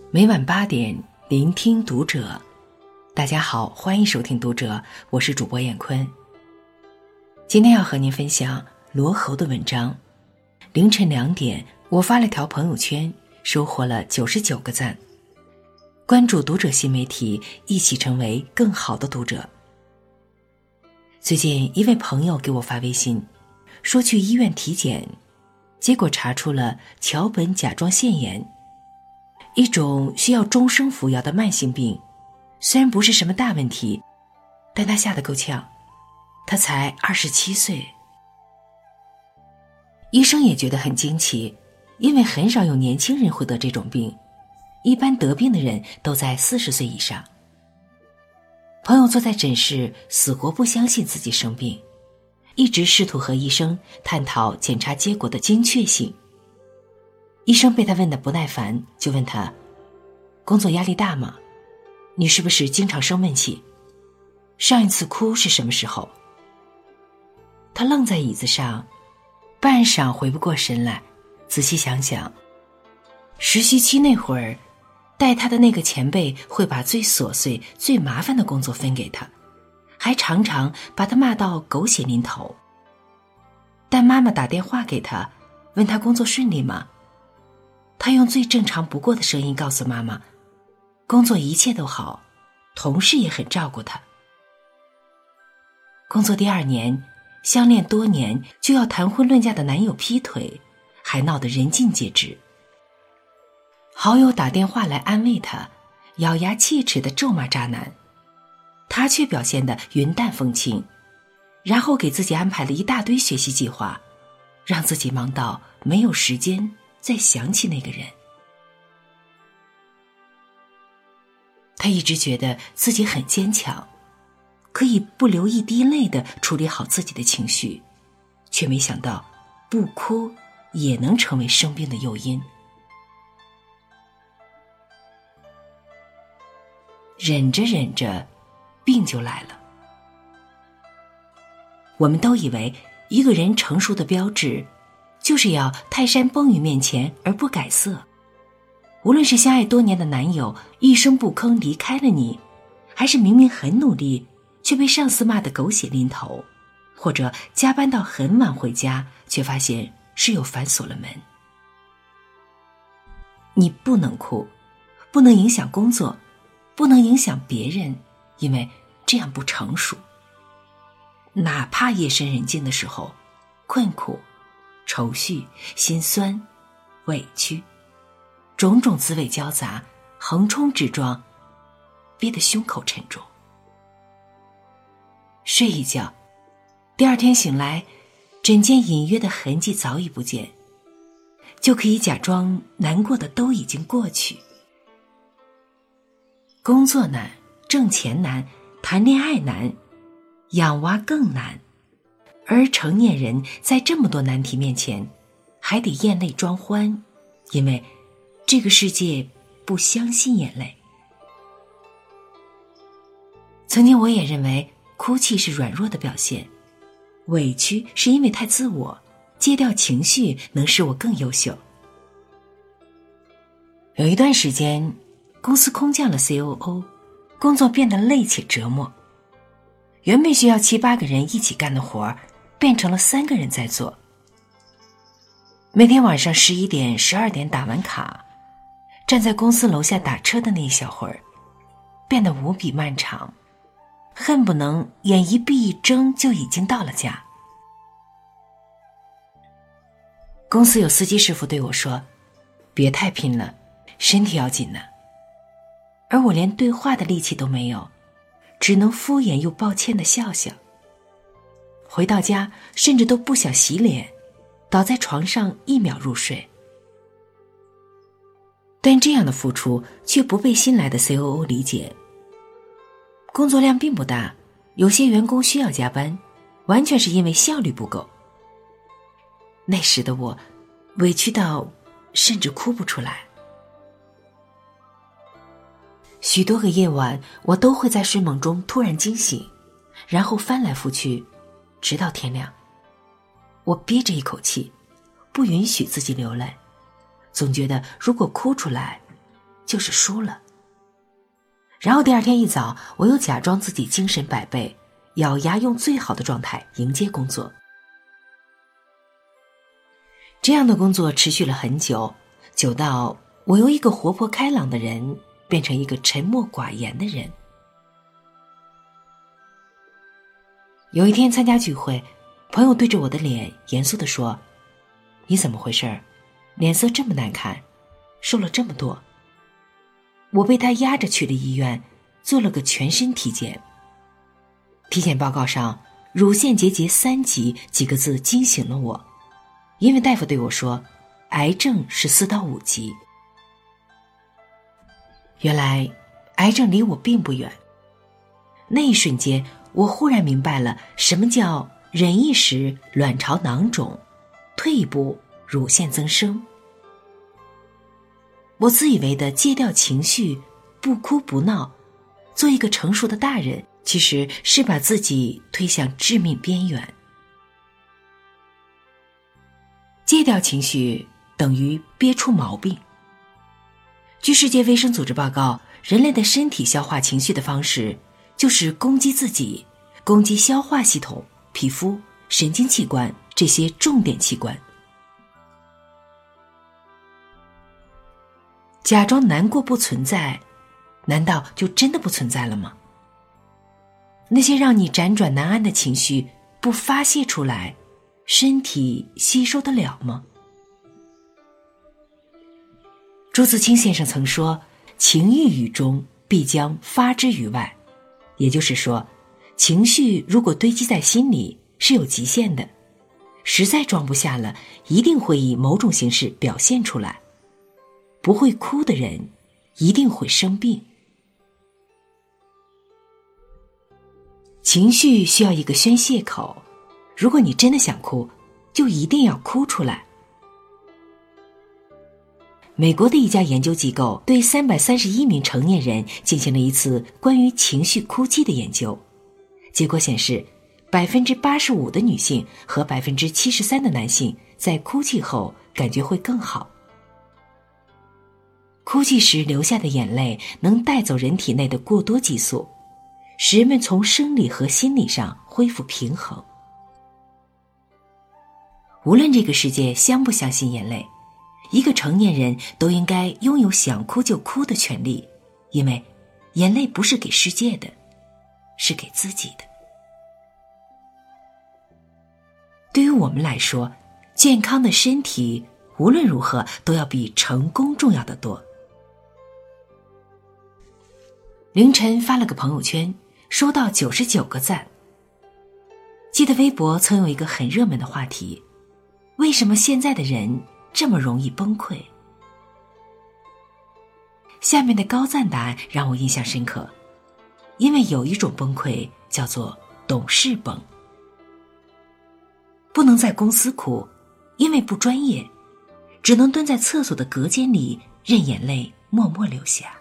每晚8点，聆听读者。大家好，欢迎收听读者，我是主播闫坤。今天要和您分享罗侯的文章。凌晨2点，我发了条朋友圈，收获了99个赞。关注读者新媒体，一起成为更好的读者。最近一位朋友给我发微信，说去医院体检，结果查出了桥本甲状腺炎，一种需要终生服药的慢性病。虽然不是什么大问题，但他吓得够呛。他才27岁。医生也觉得很惊奇，因为很少有年轻人会得这种病，一般得病的人都在40岁以上。朋友坐在诊室，死活不相信自己生病，一直试图和医生探讨检查结果的精确性。医生被他问得不耐烦，就问他：工作压力大吗？你是不是经常生闷气？上一次哭是什么时候？他愣在椅子上，半晌回不过神来，仔细想想，实习期那会儿，带他的那个前辈会把最琐碎、最麻烦的工作分给他，还常常把他骂到狗血淋头。但妈妈打电话给他，问他工作顺利吗？他用最正常不过的声音告诉妈妈，工作一切都好，同事也很照顾他。工作第2年，相恋多年就要谈婚论嫁的男友劈腿，还闹得人尽皆知。好友打电话来安慰他，咬牙切齿地咒骂渣男，他却表现得云淡风轻，然后给自己安排了一大堆学习计划，让自己忙到没有时间再想起那个人。他一直觉得自己很坚强，可以不流一滴泪地处理好自己的情绪，却没想到不哭也能成为生病的诱因。忍着忍着，病就来了。我们都以为一个人成熟的标志，就是要泰山崩于面前而不改色。无论是相爱多年的男友一声不吭离开了你，还是明明很努力却被上司骂得狗血淋头，或者加班到很晚回家却发现室友反锁了门。你不能哭，不能影响工作，不能影响别人，因为这样不成熟。哪怕夜深人静的时候，困苦、愁绪、心酸、委屈，种种滋味交杂，横冲直撞，憋得胸口沉重。睡一觉，第2天醒来，枕间隐约的痕迹早已不见，就可以假装难过的都已经过去。工作难，挣钱难，谈恋爱难，养娃更难，而成年人在这么多难题面前，还得咽泪装欢，因为这个世界不相信眼泪。曾经我也认为哭泣是软弱的表现，委屈是因为太自我，戒掉情绪能使我更优秀。有一段时间，公司空降了 COO， 工作变得累且折磨。原本需要7、8个人一起干的活，变成了3个人在做。每天晚上11点、12点打完卡，站在公司楼下打车的那一小会儿，变得无比漫长，恨不能眼一闭一睁就已经到了家。公司有司机师傅对我说，别太拼了，身体要紧呢。而我连对话的力气都没有，只能敷衍又抱歉地笑笑。回到家甚至都不想洗脸，倒在床上1秒入睡。但这样的付出却不被新来的 COO 理解。工作量并不大，有些员工需要加班，完全是因为效率不够。那时的我委屈到甚至哭不出来。许多个夜晚，我都会在睡梦中突然惊醒，然后翻来覆去，直到天亮。我憋着一口气，不允许自己流泪，总觉得如果哭出来， 就是输了。然后第二天一早，我又假装自己精神百倍，咬牙用最好的状态迎接工作。这样的工作持续了很久，久到我由一个活泼开朗的人变成一个沉默寡言的人。有一天参加聚会，朋友对着我的脸严肃地说：“你怎么回事？脸色这么难看，瘦了这么多。”我被他压着去了医院，做了个全身体检。体检报告上乳腺结节3级几个字惊醒了我，因为大夫对我说癌症是4到5级。原来癌症离我并不远。那一瞬间，我忽然明白了什么叫忍一时卵巢囊肿，退一步乳腺增生。我自以为的戒掉情绪，不哭不闹，做一个成熟的大人，其实是把自己推向致命边缘。戒掉情绪等于憋出毛病。据世界卫生组织报告，人类的身体消化情绪的方式就是攻击自己，攻击消化系统、皮肤、神经器官这些重点器官。假装难过不存在，难道就真的不存在了吗？那些让你辗转难安的情绪不发泄出来，身体吸收得了吗？朱自清先生曾说，情郁于中，必将发之于外。也就是说，情绪如果堆积在心里是有极限的，实在装不下了，一定会以某种形式表现出来。不会哭的人一定会生病。情绪需要一个宣泄口，如果你真的想哭，就一定要哭出来。美国的一家研究机构对331名成年人进行了一次关于情绪哭泣的研究，结果显示 85% 的女性和 73% 的男性在哭泣后感觉会更好。哭泣时流下的眼泪能带走人体内的过多激素，使人们从生理和心理上恢复平衡。无论这个世界相不相信眼泪，一个成年人都应该拥有想哭就哭的权利，因为眼泪不是给世界的，是给自己的。对于我们来说，健康的身体无论如何都要比成功重要得多。凌晨发了个朋友圈，收到99个赞。记得微博曾有一个很热门的话题，为什么现在的人这么容易崩溃？下面的高赞答案让我印象深刻，因为有一种崩溃叫做懂事崩。不能在公司哭，因为不专业，只能蹲在厕所的隔间里任眼泪默默流下。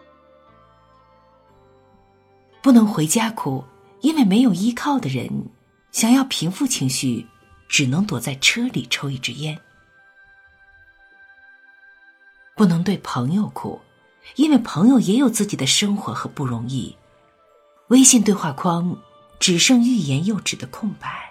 不能回家哭，因为没有依靠的人，想要平复情绪，只能躲在车里抽一支烟。不能对朋友哭，因为朋友也有自己的生活和不容易。微信对话框只剩欲言又止的空白。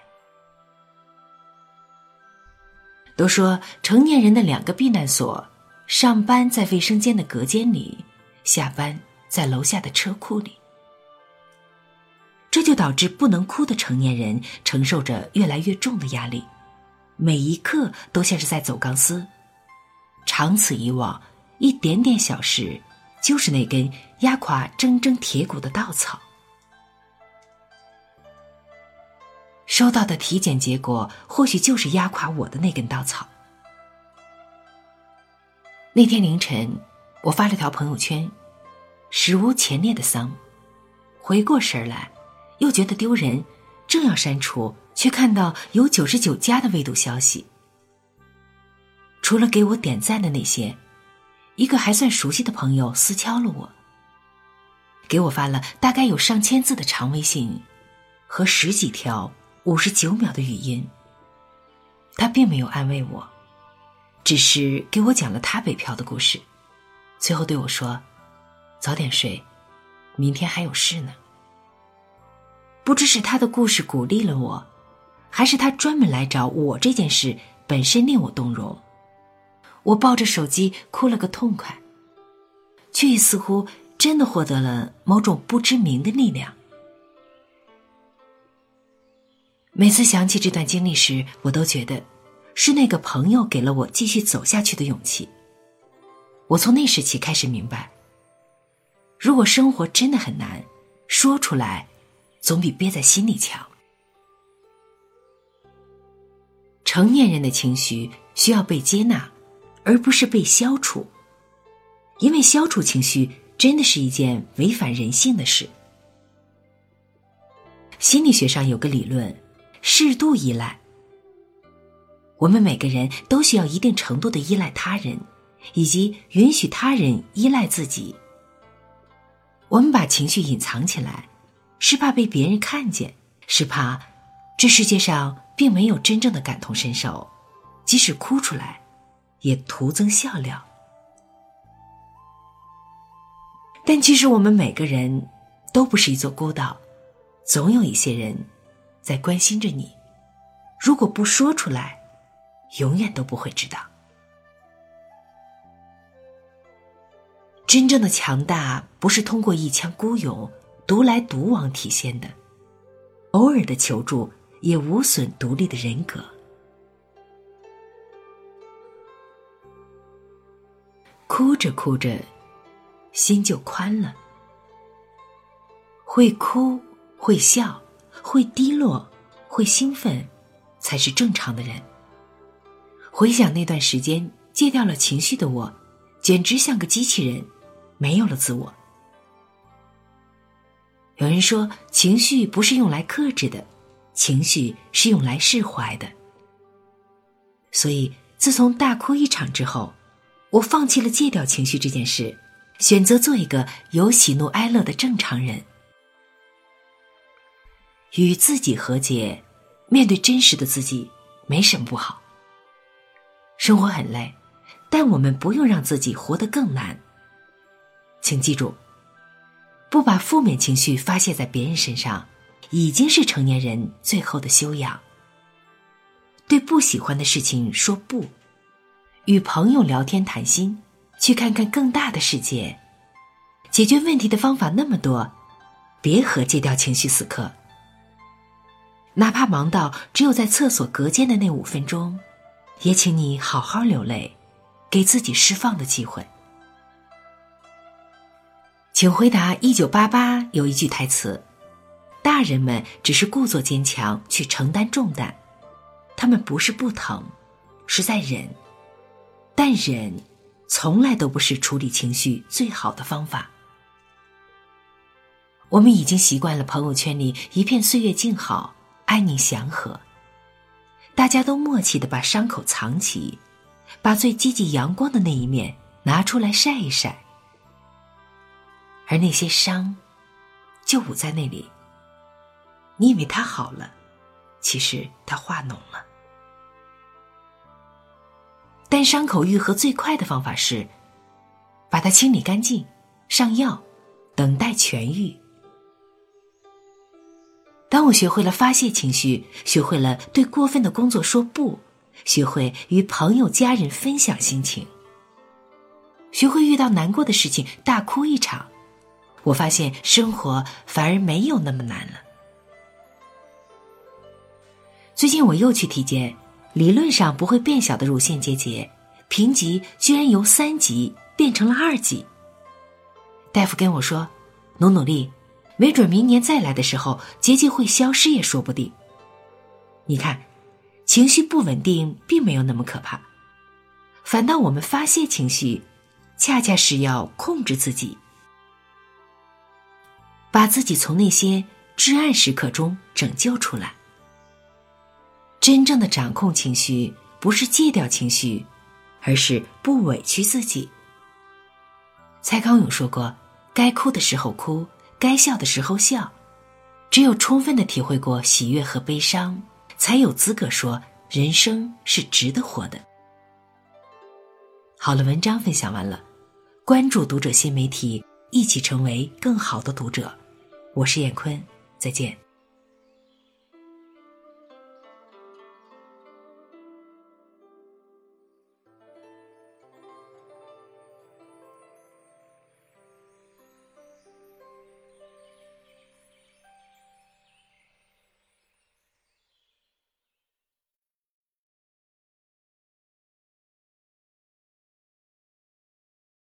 都说成年人的2个避难所，上班在卫生间的隔间里，下班在楼下的车库里。这就导致不能哭的成年人承受着越来越重的压力，每一刻都像是在走钢丝。长此以往，一点点小事就是那根压垮铮铮铁骨的稻草。收到的体检结果或许就是压垮我的那根稻草。那天凌晨，我发了条朋友圈，史无前例的丧。回过神来，又觉得丢人，正要删除，却看到有99加的未读消息。除了给我点赞的那些，一个还算熟悉的朋友私敲了我，给我发了大概有上千字的长微信和10几条59秒的语音。他并没有安慰我，只是给我讲了他北漂的故事。 最后对我说，早点睡，明天还有事呢。不知是他的故事鼓励了我，还是他专门来找我这件事本身令我动容。我抱着手机哭了个痛快，却也似乎真的获得了某种不知名的力量。每次想起这段经历时，我都觉得是那个朋友给了我继续走下去的勇气。我从那时起开始明白，如果生活真的很难，说出来总比憋在心里强。成年人的情绪需要被接纳，而不是被消除，因为消除情绪真的是一件违反人性的事。心理学上有个理论，适度依赖。我们每个人都需要一定程度的依赖他人，以及允许他人依赖自己。我们把情绪隐藏起来，是怕被别人看见，是怕这世界上并没有真正的感同身受，即使哭出来也徒增笑料。但其实我们每个人都不是一座孤岛，总有一些人在关心着你，如果不说出来，永远都不会知道。真正的强大不是通过一腔孤勇独来独往体现的，偶尔的求助也无损独立的人格。哭着哭着，心就宽了。会哭，会笑，会低落，会兴奋，才是正常的人。回想那段时间，戒掉了情绪的我，简直像个机器人，没有了自我。有人说，情绪不是用来克制的，情绪是用来释怀的。所以，自从大哭一场之后，我放弃了戒掉情绪这件事，选择做一个有喜怒哀乐的正常人。与自己和解，面对真实的自己，没什么不好。生活很累，但我们不用让自己活得更难。请记住，不把负面情绪发泄在别人身上，已经是成年人最后的修养。对不喜欢的事情说不，与朋友聊天谈心，去看看更大的世界。解决问题的方法那么多，别和戒掉情绪死磕。哪怕忙到只有在厕所隔间的那5分钟，也请你好好流泪，给自己释放的机会。请回答1988有一句台词，大人们只是故作坚强去承担重担，他们不是不疼，是在忍，但忍从来都不是处理情绪最好的方法。我们已经习惯了朋友圈里一片岁月静好，安宁祥和，大家都默契地把伤口藏起，把最积极阳光的那一面拿出来晒一晒，而那些伤就捂在那里，你以为它好了，其实它化脓了。但伤口愈合最快的方法是把它清理干净，上药，等待痊愈。当我学会了发泄情绪，学会了对过分的工作说不，学会与朋友家人分享心情，学会遇到难过的事情大哭一场，我发现生活反而没有那么难了。最近我又去体检，理论上不会变小的乳腺结节，评级居然由3级变成了2级。大夫跟我说，努努力，没准明年再来的时候，结节会消失也说不定。你看，情绪不稳定并没有那么可怕，反倒我们发泄情绪，恰恰是要控制自己，把自己从那些至暗时刻中拯救出来。真正的掌控情绪，不是戒掉情绪，而是不委屈自己。蔡康永说过，该哭的时候哭，该笑的时候笑，只有充分地体会过喜悦和悲伤，才有资格说人生是值得活的。好了，文章分享完了。 关注读者新媒体，一起成为更好的读者。我是闫坤，再见。